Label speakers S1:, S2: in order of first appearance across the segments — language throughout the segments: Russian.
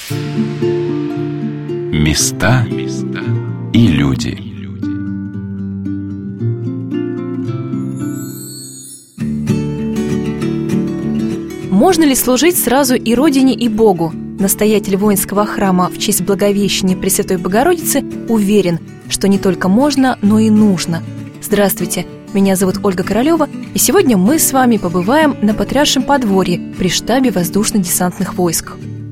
S1: Места и люди.
S2: Можно ли служить сразу и Родине, и Богу? Настоятель воинского храма в честь Благовещения Пресвятой Богородицы уверен, что не только можно, но и нужно. Здравствуйте, меня зовут Ольга Королева, и сегодня мы с вами побываем на Патриаршем подворье при штабе воздушно-десантных войск.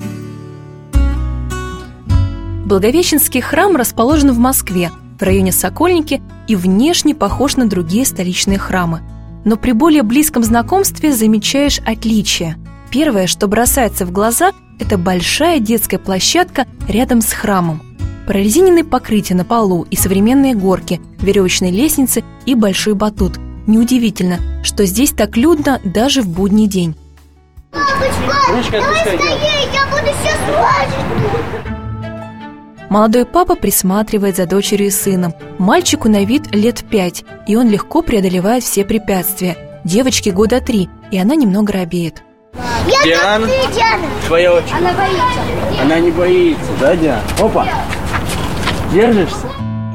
S2: Благовещенский храм расположен в Москве, в районе Сокольники, и внешне похож на другие столичные храмы. Но при более близком знакомстве замечаешь отличия. Первое, что бросается в глаза, это большая детская площадка рядом с храмом. Прорезиненные покрытия на полу и современные горки, веревочные лестницы и большой батут. Неудивительно, что здесь так людно даже в будний день.
S3: Ручка отпускай, я буду сейчас плачать.
S2: Молодой папа присматривает за дочерью и сыном. Мальчику на вид лет 5, и он легко преодолевает все препятствия. Девочке года 3, и она немного робеет.
S3: Диана, твоя очередь. Она боится. Она не боится, да, Диана? Опа! Держишься?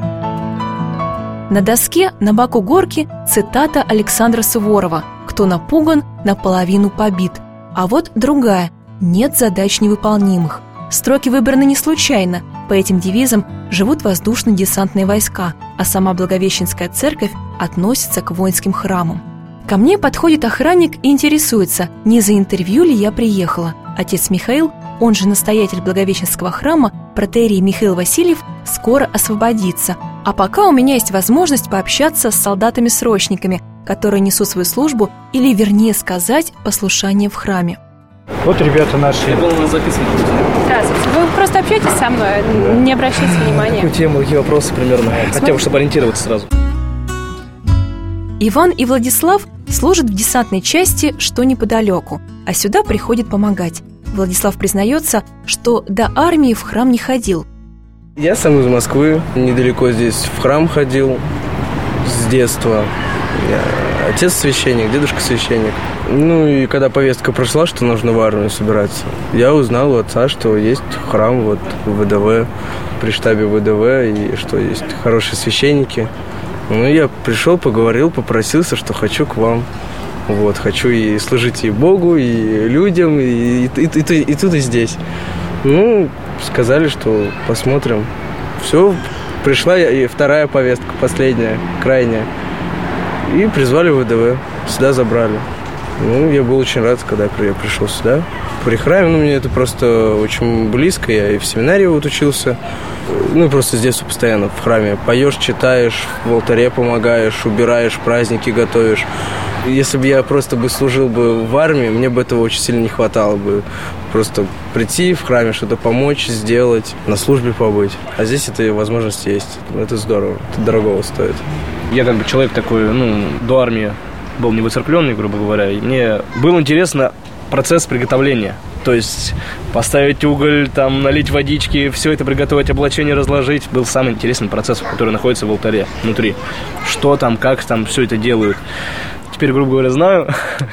S2: На доске на боку горки цитата Александра Суворова: «Кто напуган, наполовину побит». А вот другая: «Нет задач невыполнимых». Строки выбраны не случайно. По этим девизам живут воздушно-десантные войска, а сама Благовещенская церковь относится к воинским храмам. Ко мне подходит охранник и интересуется, не за интервью ли я приехала. Отец Михаил, он же настоятель Благовещенского храма, протоиерей Михаил Васильев, скоро освободится. А пока у меня есть возможность пообщаться с солдатами-срочниками, которые несут свою службу, или, вернее сказать, послушание в храме.
S4: Вот ребята наши.
S5: Я был на записке.
S6: Здравствуйте. Вы просто общаетесь со мной, не обращайте внимания.
S5: Какую тему, какие вопросы примерно? Хотя бы, чтобы ориентироваться сразу.
S2: Иван и Владислав служат в десантной части, что неподалеку, а сюда приходят помогать. Владислав признается, что до армии в храм не ходил.
S7: Я сам из Москвы, недалеко здесь в храм ходил с детства. Отец священник, дедушка священник. Ну и когда повестка прошла, что нужно в армию собираться, я узнал у отца, что есть храм вот в ВДВ, при штабе ВДВ, и что есть хорошие священники. Ну я пришел, поговорил, попросился, что хочу к вам. Вот, хочу и служить и Богу, и людям, и тут, и здесь. Ну, сказали, что посмотрим. Все, пришла и вторая повестка, последняя, крайняя. И призвали в ВДВ, сюда забрали. Ну, я был очень рад, когда я пришел сюда. При храме, мне это просто очень близко. Я и в семинарии вот учился. Ну, просто с детства постоянно в храме поешь, читаешь, в алтаре помогаешь, убираешь, праздники готовишь. Если бы я просто служил бы в армии, мне бы этого очень сильно не хватало бы. Просто прийти в храме, что-то помочь, сделать, на службе побыть. А здесь эта возможность есть. Это здорово, это дорогого стоит.
S5: Я как бы человек такой, до армии был не выцеркленный, грубо говоря. И мне был интересен процесс приготовления. То есть поставить уголь, налить водички, все это приготовить, облачение разложить. Был самый интересный процесс, который находится в алтаре внутри. Что там, как там все это делают. Теперь, грубо говоря, знаю.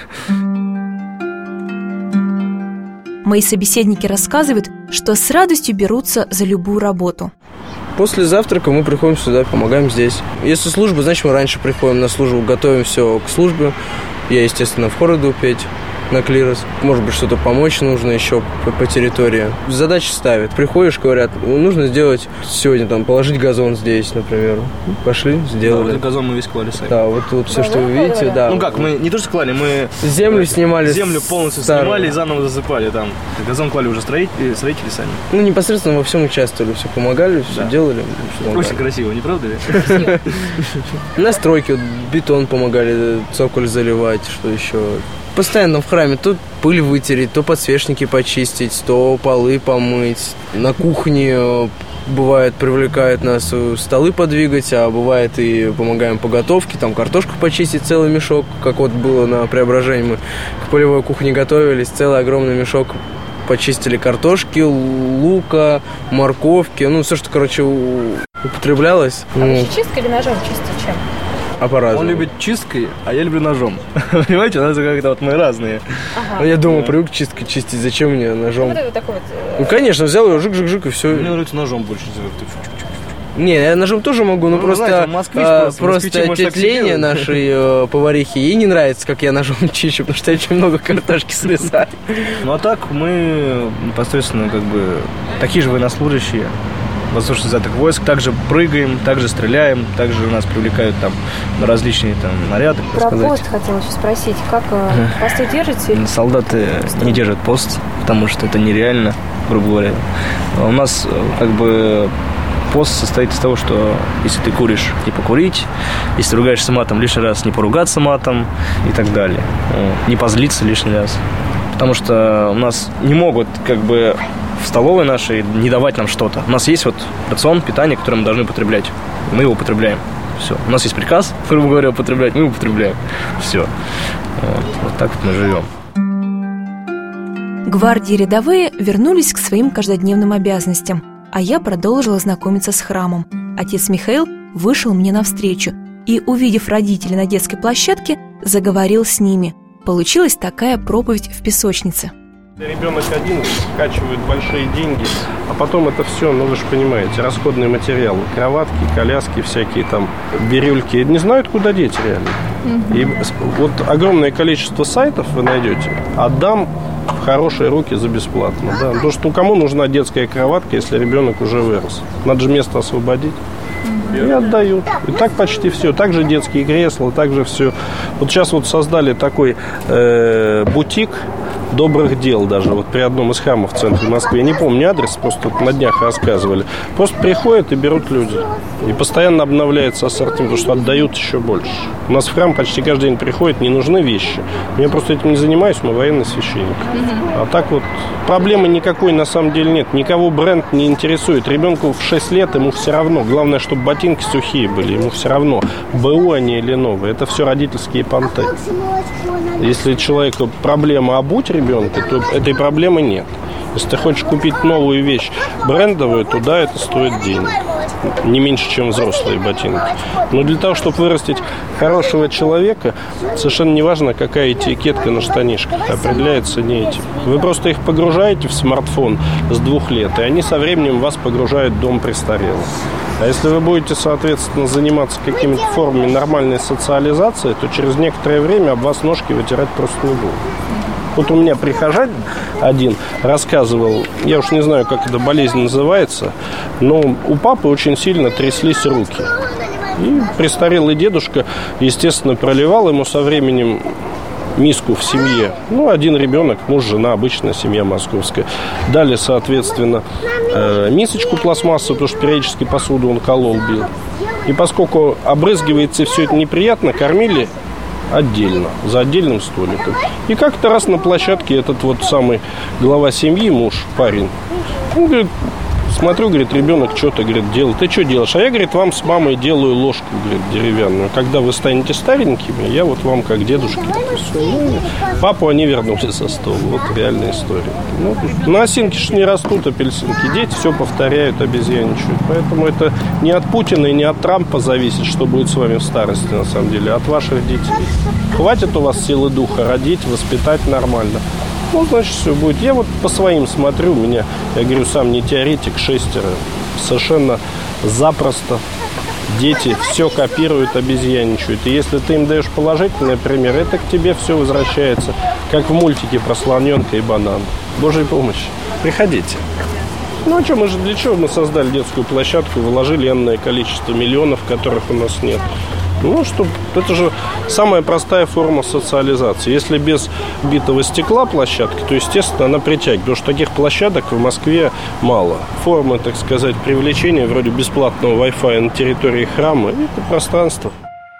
S2: Мои собеседники рассказывают, что с радостью берутся за любую работу.
S7: После завтрака мы приходим сюда, помогаем здесь. Если служба, значит, мы раньше приходим на службу, готовим все к службе. Я, естественно, в хор иду петь на клирос. Может быть, что-то помочь нужно еще по территории. Задачи ставят. Приходишь, говорят, нужно сделать сегодня, положить газон здесь, например. Пошли, сделали.
S5: Да, газон мы весь клали сами.
S7: Да, вот все, что вы видите, да.
S5: Мы не то, что клали, мы
S7: землю снимали.
S5: Землю полностью снимали и заново засыпали там. Газон клали уже строители сами.
S7: Непосредственно во всем участвовали, все помогали, все делали.
S5: Очень красиво, не правда ли?
S7: На стройке бетон помогали, цоколь заливать, что еще. Постоянно в храме то пыль вытереть, то подсвечники почистить, то полы помыть. На кухне, бывает, привлекают нас столы подвигать, а бывает и помогаем по готовке, картошку почистить, целый мешок, как вот было на Преображении. Мы к полевой кухне готовились, целый огромный мешок почистили картошки, лука, морковки, все, что, употреблялось.
S6: А вы чисткой или ножом чистите чем?
S7: А по-разному.
S5: Он любит чисткой, а я люблю ножом. Понимаете, у нас как-то вот мы разные.
S7: Ну, я думал, привык чисткой чистить, зачем мне ножом?
S6: Вот такой вот.
S7: Ну, конечно, взял его, жик-жик-жик, и все.
S5: Мне нравится ножом больше.
S7: Не, я ножом тоже могу, но просто,
S5: знаете, москвич
S7: просто тетя Леня нашей поварихи, ей не нравится, как я ножом чищу, потому что я очень много картошки срезаю.
S5: Ну, а так мы непосредственно как бы такие же военнослужащие воздушно-десантных войск, также прыгаем, также стреляем, также нас привлекают там на различные там наряды.
S6: Про пост хотела еще спросить, как посты держите?
S5: Солдаты не держат пост, потому что это нереально, грубо говоря. У нас как бы пост состоит из того, что если ты куришь, не покурить, если ты ругаешься матом, лишний раз не поругаться матом и так далее. Не позлиться лишний раз. Потому что у нас не могут как бы в столовой нашей не давать нам что-то. У нас есть вот рацион питания, который мы должны употреблять. Мы его употребляем. Все. У нас есть приказ, грубо говоря, употреблять, мы употребляем. Все. Вот так вот мы живем.
S2: Гвардии рядовые вернулись к своим каждодневным обязанностям, а я продолжила знакомиться с храмом. Отец Михаил вышел мне навстречу и, увидев родителей на детской площадке, заговорил с ними. Получилась такая проповедь в песочнице.
S8: Ребенок один, вкачивает большие деньги, а потом это все, ну вы же понимаете, расходные материалы, кроватки, коляски, всякие там бирюльки, не знают, куда деть реально. И вот огромное количество сайтов вы найдете, отдам в хорошие руки за бесплатно. Да? Потому что кому нужна детская кроватка, если ребенок уже вырос? Надо же место освободить. И отдают. И так почти все. Также детские кресла, также все. Вот сейчас вот создали такой бутик добрых дел даже. Вот при одном из храмов в центре Москвы. Я не помню адрес, просто на днях рассказывали. Просто приходят и берут люди. И постоянно обновляется ассортимент, потому что отдают еще больше. У нас в храм почти каждый день приходят, не нужны вещи. Я просто этим не занимаюсь, мы военный священник. А так вот проблемы никакой на самом деле нет. Никого бренд не интересует. Ребенку в 6 лет ему все равно. Главное, чтобы ботинки сухие были. Ему все равно, БУ они или новые. Это все родительские понты. Если человеку проблема обуть ребенка, то этой проблемы нет. Если ты хочешь купить новую вещь брендовую, то да, это стоит денег. Не меньше, чем взрослые ботинки. Но для того, чтобы вырастить хорошего человека, совершенно не важно, какая этикетка на штанишках. Определяется не этим. Вы просто их погружаете в смартфон с 2 лет, и они со временем вас погружают в дом престарелых. А если вы будете, соответственно, заниматься какими-то формами нормальной социализации, то через некоторое время об вас ножки вытирать просто не будут. Вот у меня прихожанин один рассказывал, я уж не знаю, как эта болезнь называется, но у папы очень сильно тряслись руки. И престарелый дедушка, естественно, проливал ему со временем миску в семье. Ну, один ребенок, муж, жена, обычная семья московская. Дали, соответственно, мисочку пластмассовую, потому что периодически посуду он колол, бил. И поскольку обрызгивается все это неприятно, кормили отдельно, за отдельным столиком. И как-то раз на площадке этот вот самый глава семьи, муж, парень, он говорит, смотрю, говорит, ребенок что-то, говорит, делает. Ты что делаешь? А я, говорит, вам с мамой делаю ложку, говорит, деревянную. Когда вы станете старенькими, я вот вам как дедушке. Папу они вернули со стола. Вот реальная история. Ну, на осинке ж не растут апельсинки. Дети все повторяют, обезьяничают. Поэтому это не от Путина и не от Трампа зависит, что будет с вами в старости, на самом деле, а от ваших детей. Хватит у вас силы духа родить, воспитать нормально. Ну, значит, все будет. Я вот по своим смотрю, у меня, я говорю, сам не теоретик, 6, совершенно запросто дети все копируют, обезьяничают. И если ты им даешь положительный пример, это к тебе все возвращается, как в мультике про слоненка и банан. Божьей помощи. Приходите. Ну, а что, мы же для чего мы создали детскую площадку, вложили энное количество миллионов, которых у нас нет. Ну, что, это же самая простая форма социализации. Если без битого стекла площадки, то, естественно, она притягивает. Потому что таких площадок в Москве мало. Формы, так сказать, привлечения, вроде бесплатного Wi-Fi на территории храма, это пространство.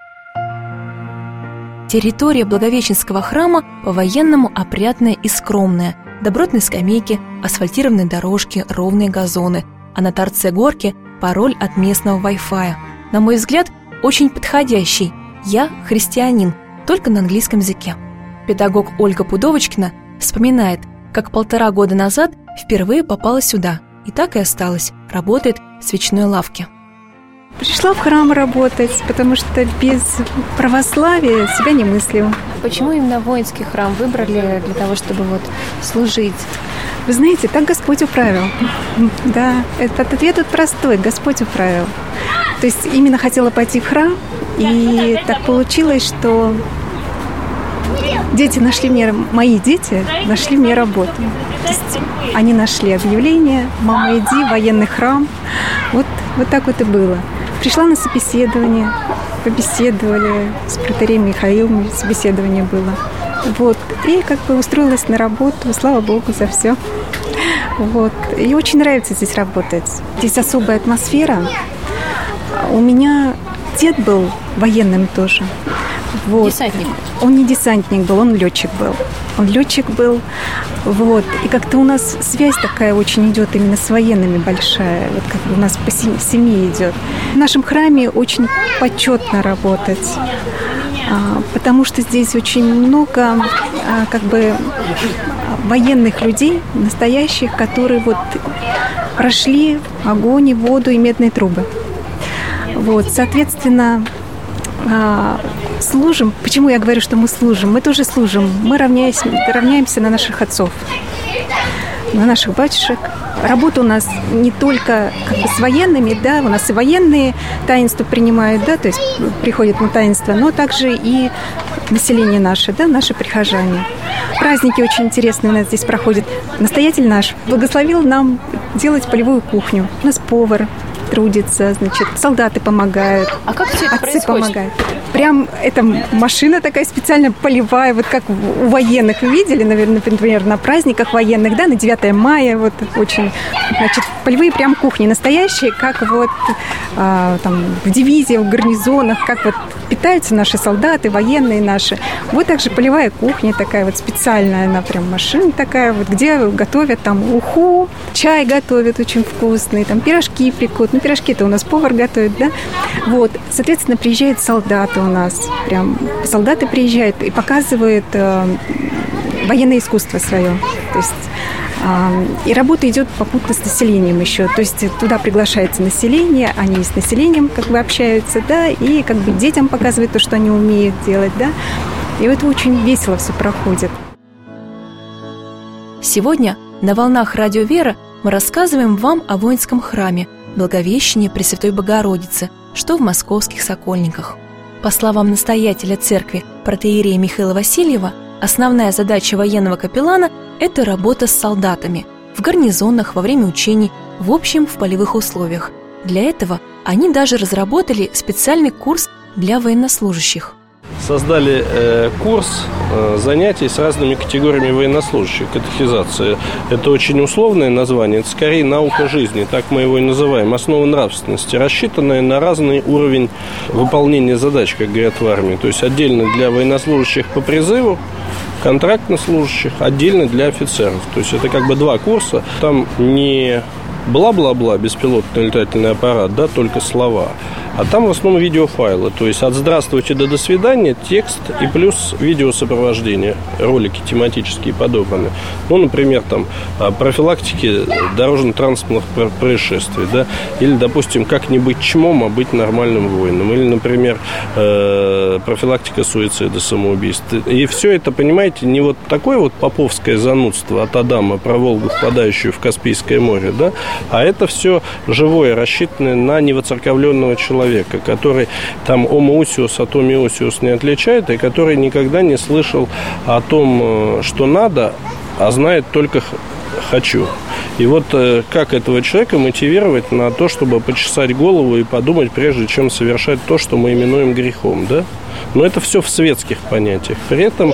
S2: Территория Благовещенского храма по-военному опрятная и скромная. Добротные скамейки, асфальтированные дорожки, ровные газоны. А на торце горки пароль от местного Wi-Fi. На мой взгляд, очень подходящий. Я христианин, только на английском языке. Педагог Ольга Пудовочкина вспоминает, как 1,5 года назад впервые попала сюда. И так и осталась, работает в свечной лавке.
S9: Пришла в храм работать, потому что без православия себя не мыслю.
S2: Почему именно воинский храм выбрали для того, чтобы вот служить?
S9: Вы знаете, так Господь управил. Да, этот ответ тут простой. Господь управил. То есть именно хотела пойти в храм, и так получилось, что мои дети нашли мне работу. То есть они нашли объявление: «Мама, иди, военный храм». Вот так вот и было. Пришла на собеседование, побеседовали с протоиереем Михаилом, собеседование было. Вот. И как бы устроилась на работу, слава Богу за все. Вот. И очень нравится здесь работать. Здесь особая атмосфера. У меня дед был военным тоже. Вот.
S2: Десантник?
S9: Он не десантник был, он летчик был. Вот. И как-то у нас связь такая очень идет именно с военными большая. Вот как бы у нас по семье идет. В нашем храме очень почетно работать, потому что здесь очень много как бы военных людей, настоящих, которые вот прошли огонь, воду и медные трубы. Вот, соответственно, служим. Почему я говорю, что мы служим? Мы тоже служим. Мы равняемся на наших отцов, на наших батюшек. Работа у нас не только как бы с военными, да, у нас и военные таинства принимают, да, то есть приходят на таинства, но также и население наше, да, наши прихожане. Праздники очень интересные у нас здесь проходят. Настоятель наш благословил нам делать полевую кухню. У нас повар трудится, значит, солдаты помогают.
S2: А как все это
S9: отцы помогают. Прям эта машина такая специально полевая, вот как у военных. Вы видели, наверное, например, на праздниках военных, да, на 9 мая, вот очень, значит, полевые прям кухни настоящие, как вот там в дивизиях, в гарнизонах, как вот питаются наши солдаты, военные наши. Вот также полевая кухня такая вот специальная, она прям машина такая, вот где готовят там уху, чай готовят очень вкусный, там пирожки пекут. Ну, пирожки-то у нас повар готовит, да? Вот, соответственно, приезжают солдаты у нас, прям солдаты приезжают и показывают военное искусство свое. То есть и работа идет попутно с населением еще. То есть туда приглашается население, они с населением как бы общаются, да, и как бы детям показывают то, что они умеют делать, да. И это очень весело все проходит.
S2: Сегодня на волнах Радио Вера мы рассказываем вам о воинском храме Благовещения Пресвятой Богородицы, что в московских Сокольниках. По словам настоятеля церкви протоиерея Михаила Васильева, основная задача военного капеллана – это работа с солдатами в гарнизонах, во время учений, в общем, в полевых условиях. Для этого они даже разработали специальный курс для военнослужащих.
S8: Создали курс занятий с разными категориями военнослужащих. Катехизация – это очень условное название, это скорее наука жизни, так мы его и называем, основа нравственности, рассчитанная на разный уровень выполнения задач, как говорят в армии. То есть отдельно для военнослужащих по призыву, контрактно служащих, отдельно для офицеров. То есть это как бы два курса. Там не бла-бла-бла, беспилотный летательный аппарат, да, только слова. А там в основном видеофайлы, то есть от «здравствуйте» до «до свидания» текст и плюс видеосопровождение, ролики тематические подобраны. Ну, например, там профилактики дорожно-транспортных происшествий, да, или, допустим, как не быть чмом, а быть нормальным воином, или, например, профилактика суицида, самоубийств. И все это, понимаете, не вот такое вот поповское занудство от Адама про Волгу, впадающую в Каспийское море, да, а это все живое, рассчитанное на невоцерковленного человека, который там homo-ousios от homo-ousios не отличает, и который никогда не слышал о том, что надо, а знает только «хочу». И вот как этого человека мотивировать на то, чтобы почесать голову и подумать, прежде чем совершать то, что мы именуем грехом, да? Но это все в светских понятиях. При этом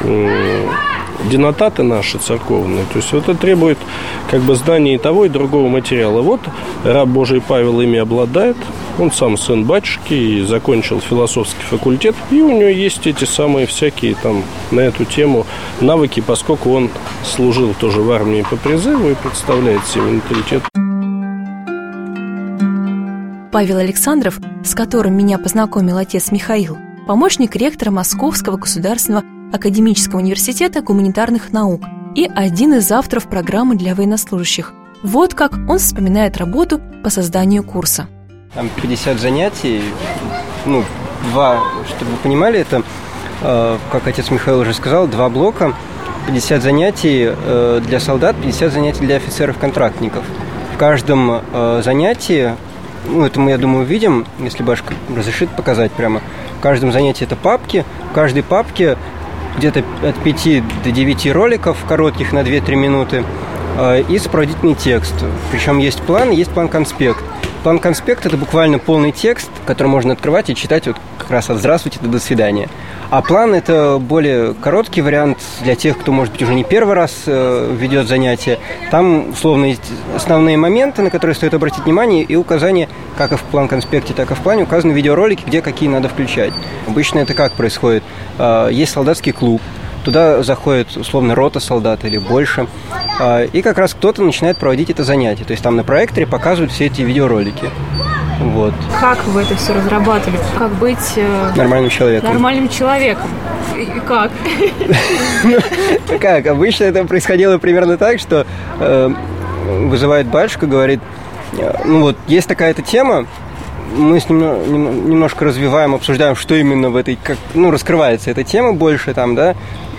S8: денотаты наши церковные, то есть вот это требует как бы знания и того, и другого материала. Вот раб Божий Павел ими обладает, он сам сын батюшки и закончил философский факультет, и у него есть эти самые всякие там на эту тему навыки, поскольку он служил тоже в армии по призыву и представляет себе менталитет.
S2: Павел Александров, с которым меня познакомил отец Михаил, помощник ректора Московского государственного академического университета гуманитарных наук и один из авторов программы для военнослужащих. Вот как он вспоминает работу по созданию курса.
S10: Там 50 занятий, ну, 2, чтобы вы понимали, это, как отец Михаил уже сказал, 2 блока, 50 занятий для солдат, 50 занятий для офицеров-контрактников. В каждом занятии, ну, это мы, я думаю, увидим, если Башка разрешит показать прямо, в каждом занятии это папки, в каждой папке где-то от 5 до 9 роликов, коротких на 2-3 минуты, и сопроводительный текст. Причем есть план-конспект. План-конспект – это буквально полный текст, который можно открывать и читать вот как раз от «Здравствуйте» до «До свидания». А план – это более короткий вариант для тех, кто, может быть, уже не первый раз ведет занятия. Там, условно, есть основные моменты, на которые стоит обратить внимание, и указания, как и в план-конспекте, так и в плане, указаны видеоролики, где какие надо включать. Обычно это как происходит? Есть солдатский клуб, туда заходит, условно, рота солдат или больше, и как раз кто-то начинает проводить это занятие. То есть там на проекторе показывают все эти видеоролики. Вот.
S6: Как вы это все разрабатывали? Как быть
S10: нормальным человеком?
S6: Нормальным человеком. И как?
S10: Как? Обычно это происходило примерно так, что вызывает батюшка, говорит, ну вот, есть такая-то тема, мы с ним немножко развиваем, обсуждаем, что именно в этой, ну, раскрывается эта тема больше, там, да,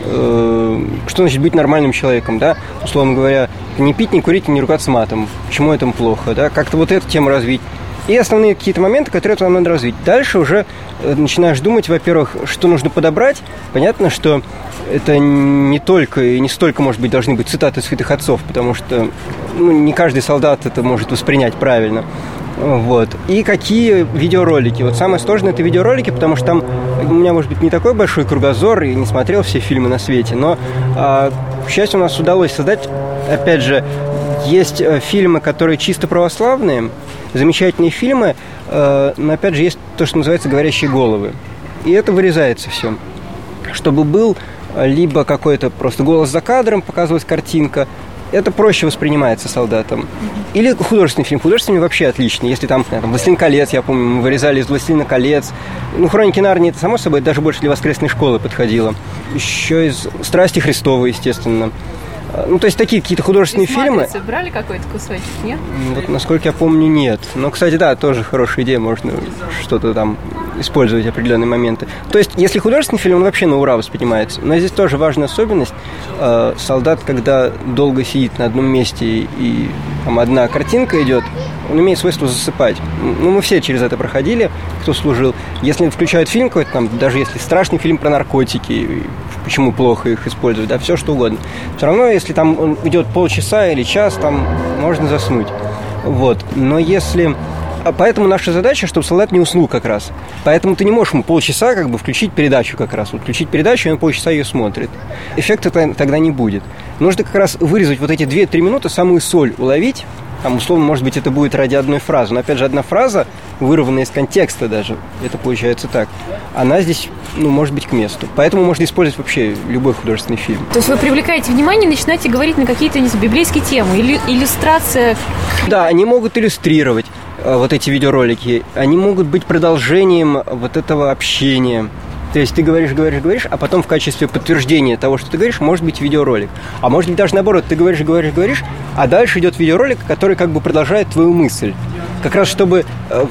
S10: что значит быть нормальным человеком, да, условно говоря, не пить, не курить, не ругаться матом, почему это плохо, да, как-то вот эту тему развить. И основные какие-то моменты, которые там надо развить. Дальше уже начинаешь думать, во-первых, что нужно подобрать. Понятно, что это не только и не столько, может быть, должны быть цитаты святых отцов, потому что, ну, не каждый солдат это может воспринять правильно. Вот. И какие видеоролики. Вот самое сложное – это видеоролики, потому что там у меня, может быть, не такой большой кругозор и не смотрел все фильмы на свете, но, к счастью, у нас удалось создать, опять же, есть фильмы, которые чисто православные, замечательные фильмы, но, опять же, есть то, что называется «говорящие головы». И это вырезается все. Чтобы был либо какой-то просто голос за кадром, показывалась картинка, это проще воспринимается солдатам. Или художественный фильм. Художественный вообще отличный. Если там «Властелин колец», я помню, мы вырезали из «Властелина колец». Ну, «Хроники Нарнии» это, само собой, даже больше для воскресной школы подходило. Еще из «Страсти Христовой», естественно. Ну, то есть такие какие-то художественные фильмы.
S6: Брали какой-то кусочек, нет?
S10: Вот, насколько я помню, нет. Но, кстати, да, тоже хорошая идея, можно что-то там использовать, определенные моменты. То есть, если художественный фильм, он вообще на ура воспринимается. Но здесь тоже важная особенность. Солдат, когда долго сидит на одном месте и там одна картинка идет, он имеет свойство засыпать. Ну, мы все через это проходили, кто служил. Если включают фильм какой-то, там, даже если страшный фильм про наркотики, почему плохо их использовать, да, все что угодно. Все равно, если там он идет полчаса или час, там можно заснуть. Вот. Но если... Поэтому наша задача, чтобы солдат не уснул как раз. Поэтому ты не можешь ему полчаса как бы включить передачу как раз. Вот включить передачу, и он полчаса ее смотрит. Эффекта тогда не будет. Нужно как раз вырезать вот эти 2-3 минуты, самую соль уловить. Там, условно, может быть, это будет ради одной фразы. Но, опять же, одна фраза, вырванная из контекста даже, это получается так, она здесь, ну, может быть, к месту. Поэтому можно использовать вообще любой художественный фильм.
S6: То есть вы привлекаете внимание и начинаете говорить на какие-то, не знаю, библейские темы, или иллюстрация?
S10: Да, они могут иллюстрировать вот эти видеоролики. Они могут быть продолжением вот этого общения. То есть ты говоришь, а потом в качестве подтверждения того, что ты говоришь, может быть видеоролик. А может быть даже наоборот, ты говоришь, а дальше идет видеоролик, который как бы продолжает твою мысль. Как раз чтобы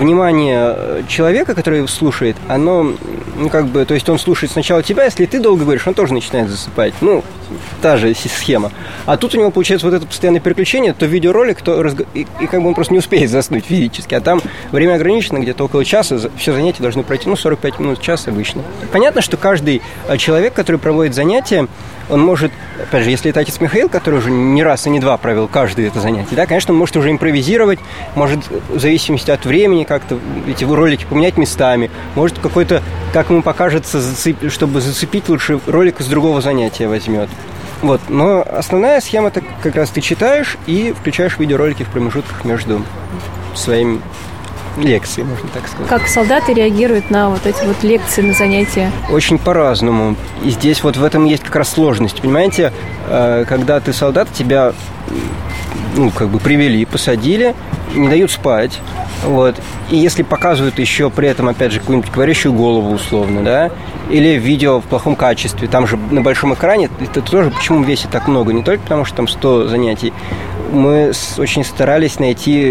S10: внимание человека, который слушает, оно, ну как бы, то есть он слушает сначала тебя, если ты долго говоришь, он тоже начинает засыпать. Ну, та же схема. А тут у него получается вот это постоянное переключение, то видеоролик, и как бы он просто не успеет заснуть физически. А там время ограничено, где-то около часа, все занятия должны пройти, 45 минут, час обычно. Понятно, что каждый человек, который проводит занятия, он может, опять же, если это отец Михаил, который уже не раз и не два провел каждое это занятие, да, конечно, он может уже импровизировать, может в зависимости от времени как-то эти ролики поменять местами, может какой-то, как ему покажется, чтобы зацепить лучше ролик из другого занятия возьмет. Вот, но основная схема это как раз ты читаешь и включаешь видеоролики в промежутках между своими лекции, можно так сказать.
S6: Как солдаты реагируют на вот эти вот лекции, на занятия?
S10: Очень по-разному. И здесь вот в этом есть как раз сложность. Понимаете, когда ты солдат, тебя, ну, как бы привели, посадили, не дают спать. Вот. И если показывают еще при этом, опять же, какую-нибудь говорящую голову условно, да, или видео в плохом качестве, там же на большом экране, это тоже почему весит так много, не только потому, что там 100 занятий. Мы очень старались найти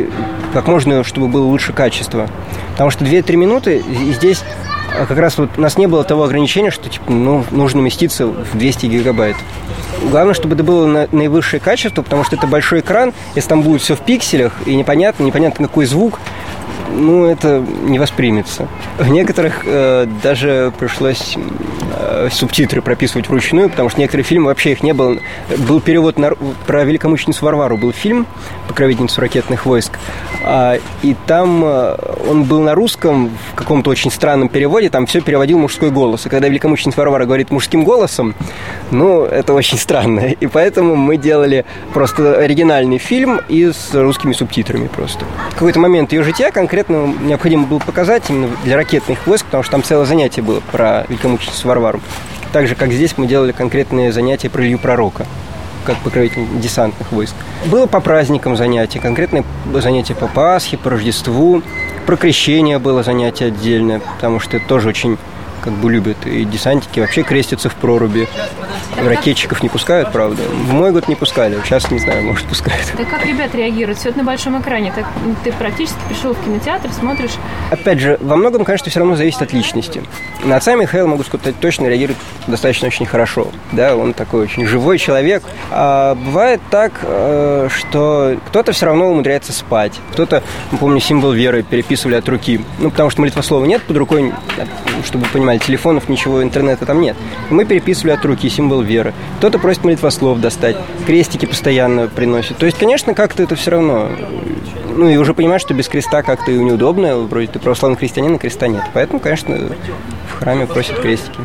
S10: как можно, чтобы было лучше качество. Потому что 2-3 минуты, и здесь как раз вот у нас не было того ограничения, что типа, нужно уместиться в 200 гигабайт. Главное, чтобы это было наивысшее качество, потому что это большой экран, если там будет все в пикселях, и непонятно какой звук, это не воспримется. В некоторых даже пришлось субтитры прописывать вручную, потому что некоторые фильмы вообще их не было. Был перевод про великомученицу Варвару, был фильм «Покровительницу ракетных войск», и там он был на русском в каком-то очень странном переводе, там все переводил мужской голос. И когда великомученица Варвара говорит мужским голосом, это очень странно. И поэтому мы делали просто оригинальный фильм и с русскими субтитрами просто. В какой-то момент ее жития конкретно необходимо было показать именно для ракетных войск, потому что там целое занятие было про великомученицу Варвару. Так же, как здесь мы делали конкретные занятия про Илью Пророка, как покровитель десантных войск. Было по праздникам занятия, конкретные занятия по Пасхе, по Рождеству. Про крещение было занятие отдельное, потому что это тоже очень любят. И десантники вообще крестятся в проруби. Ракетчиков не пускают, правда. В мой год не пускали, сейчас не знаю, может, пускают.
S6: Да как ребята реагируют? Все это на большом экране. Так, ты практически пришел в кинотеатр, смотришь.
S10: Опять же, во многом, конечно, все равно зависит от личности. На отца Михаила, могу сказать, точно реагирует достаточно очень хорошо. Да, он такой очень живой человек. А бывает так, что кто-то все равно умудряется спать. Кто-то, помню, символ веры переписывали от руки. Потому что молитвослова нет под рукой, чтобы вы понимали, телефонов, ничего, интернета там нет. И мы переписывали от руки символ веры. Кто-то просит молитвослов достать, крестики постоянно приносит. То есть, конечно, как-то это все равно... и уже понимаешь, что без креста как-то и неудобно. Вроде ты православный христианин, а креста нет. Поэтому, конечно, в храме просят крестики.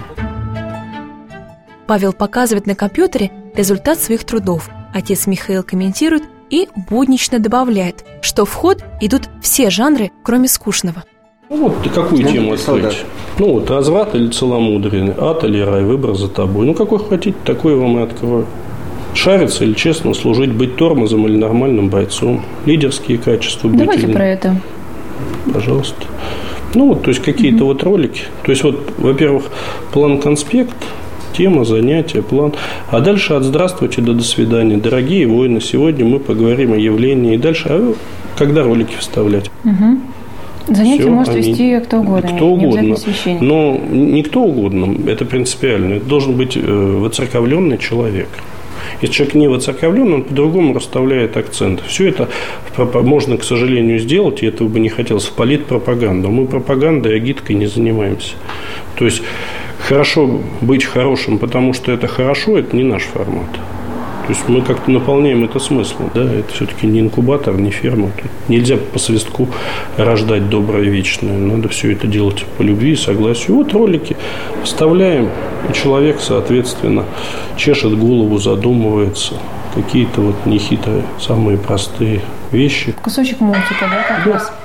S2: Павел показывает на компьютере результат своих трудов. Отец Михаил комментирует и буднично добавляет, что в ход идут все жанры, кроме скучного.
S8: Какую тему открыть? Разврат или целомудрие, ад или рай, выбор за тобой. Какой хотите, такой вам и открою. Шариться или честно служить, быть тормозом или нормальным бойцом. Лидерские качества.
S6: Давайте про это.
S8: Пожалуйста. То есть какие-то ролики. То есть во-первых, план-конспект, тема, занятие, план. А дальше от здравствуйте до свидания. Дорогие воины, сегодня мы поговорим о явлении. И дальше, когда ролики вставлять?
S6: Занятие может вести кто угодно.
S8: Кто угодно. Но не кто угодно, это принципиально. Это должен быть воцерковленный человек. Если человек не воцерковлен, он по-другому расставляет акценты. Все это можно, к сожалению, сделать, и этого бы не хотелось, в политпропаганду. Мы пропагандой и агиткой не занимаемся. То есть, хорошо быть хорошим, потому что это хорошо, это не наш формат. То есть мы как-то наполняем это смыслом. Да? Это все-таки не инкубатор, не ферма. Тут нельзя по свистку рождать доброе вечное. Надо все это делать по любви и согласию. Ролики вставляем, и человек, соответственно, чешет голову, задумывается. Какие-то нехитрые, самые простые вещи.
S6: Кусочек мультика, да, как раз?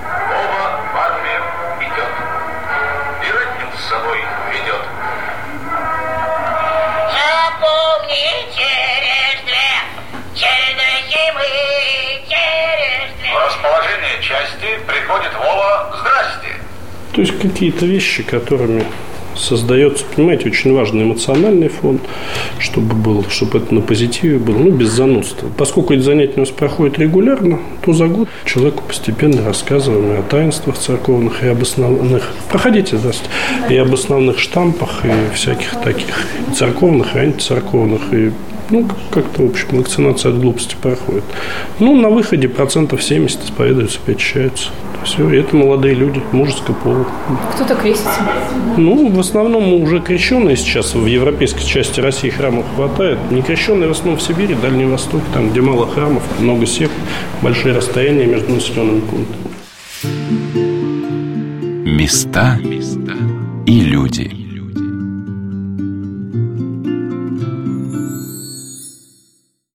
S11: Приходит Вова, здрасте.
S8: То есть какие-то вещи, которыми создается, понимаете, очень важный эмоциональный фон, чтобы это на позитиве было, без занудства. Поскольку эти занятия у нас проходят регулярно, то за год человеку постепенно рассказываем и о таинствах церковных, и об основных, проходите, здравствуйте, и об основных штампах, и всяких таких, и церковных, и антицерковных, и как-то, в общем, вакцинация от глупости проходит. На выходе 70% исповедуются, причащаются. Все, и это молодые люди, мужеского пола.
S6: Кто-то крестится?
S8: В основном уже крещенные сейчас в европейской части России храмов хватает. Не крещенные в основном в Сибири, Дальний Восток, там, где мало храмов, много сект, большие расстояния между населенными пунктами.
S1: Места и люди.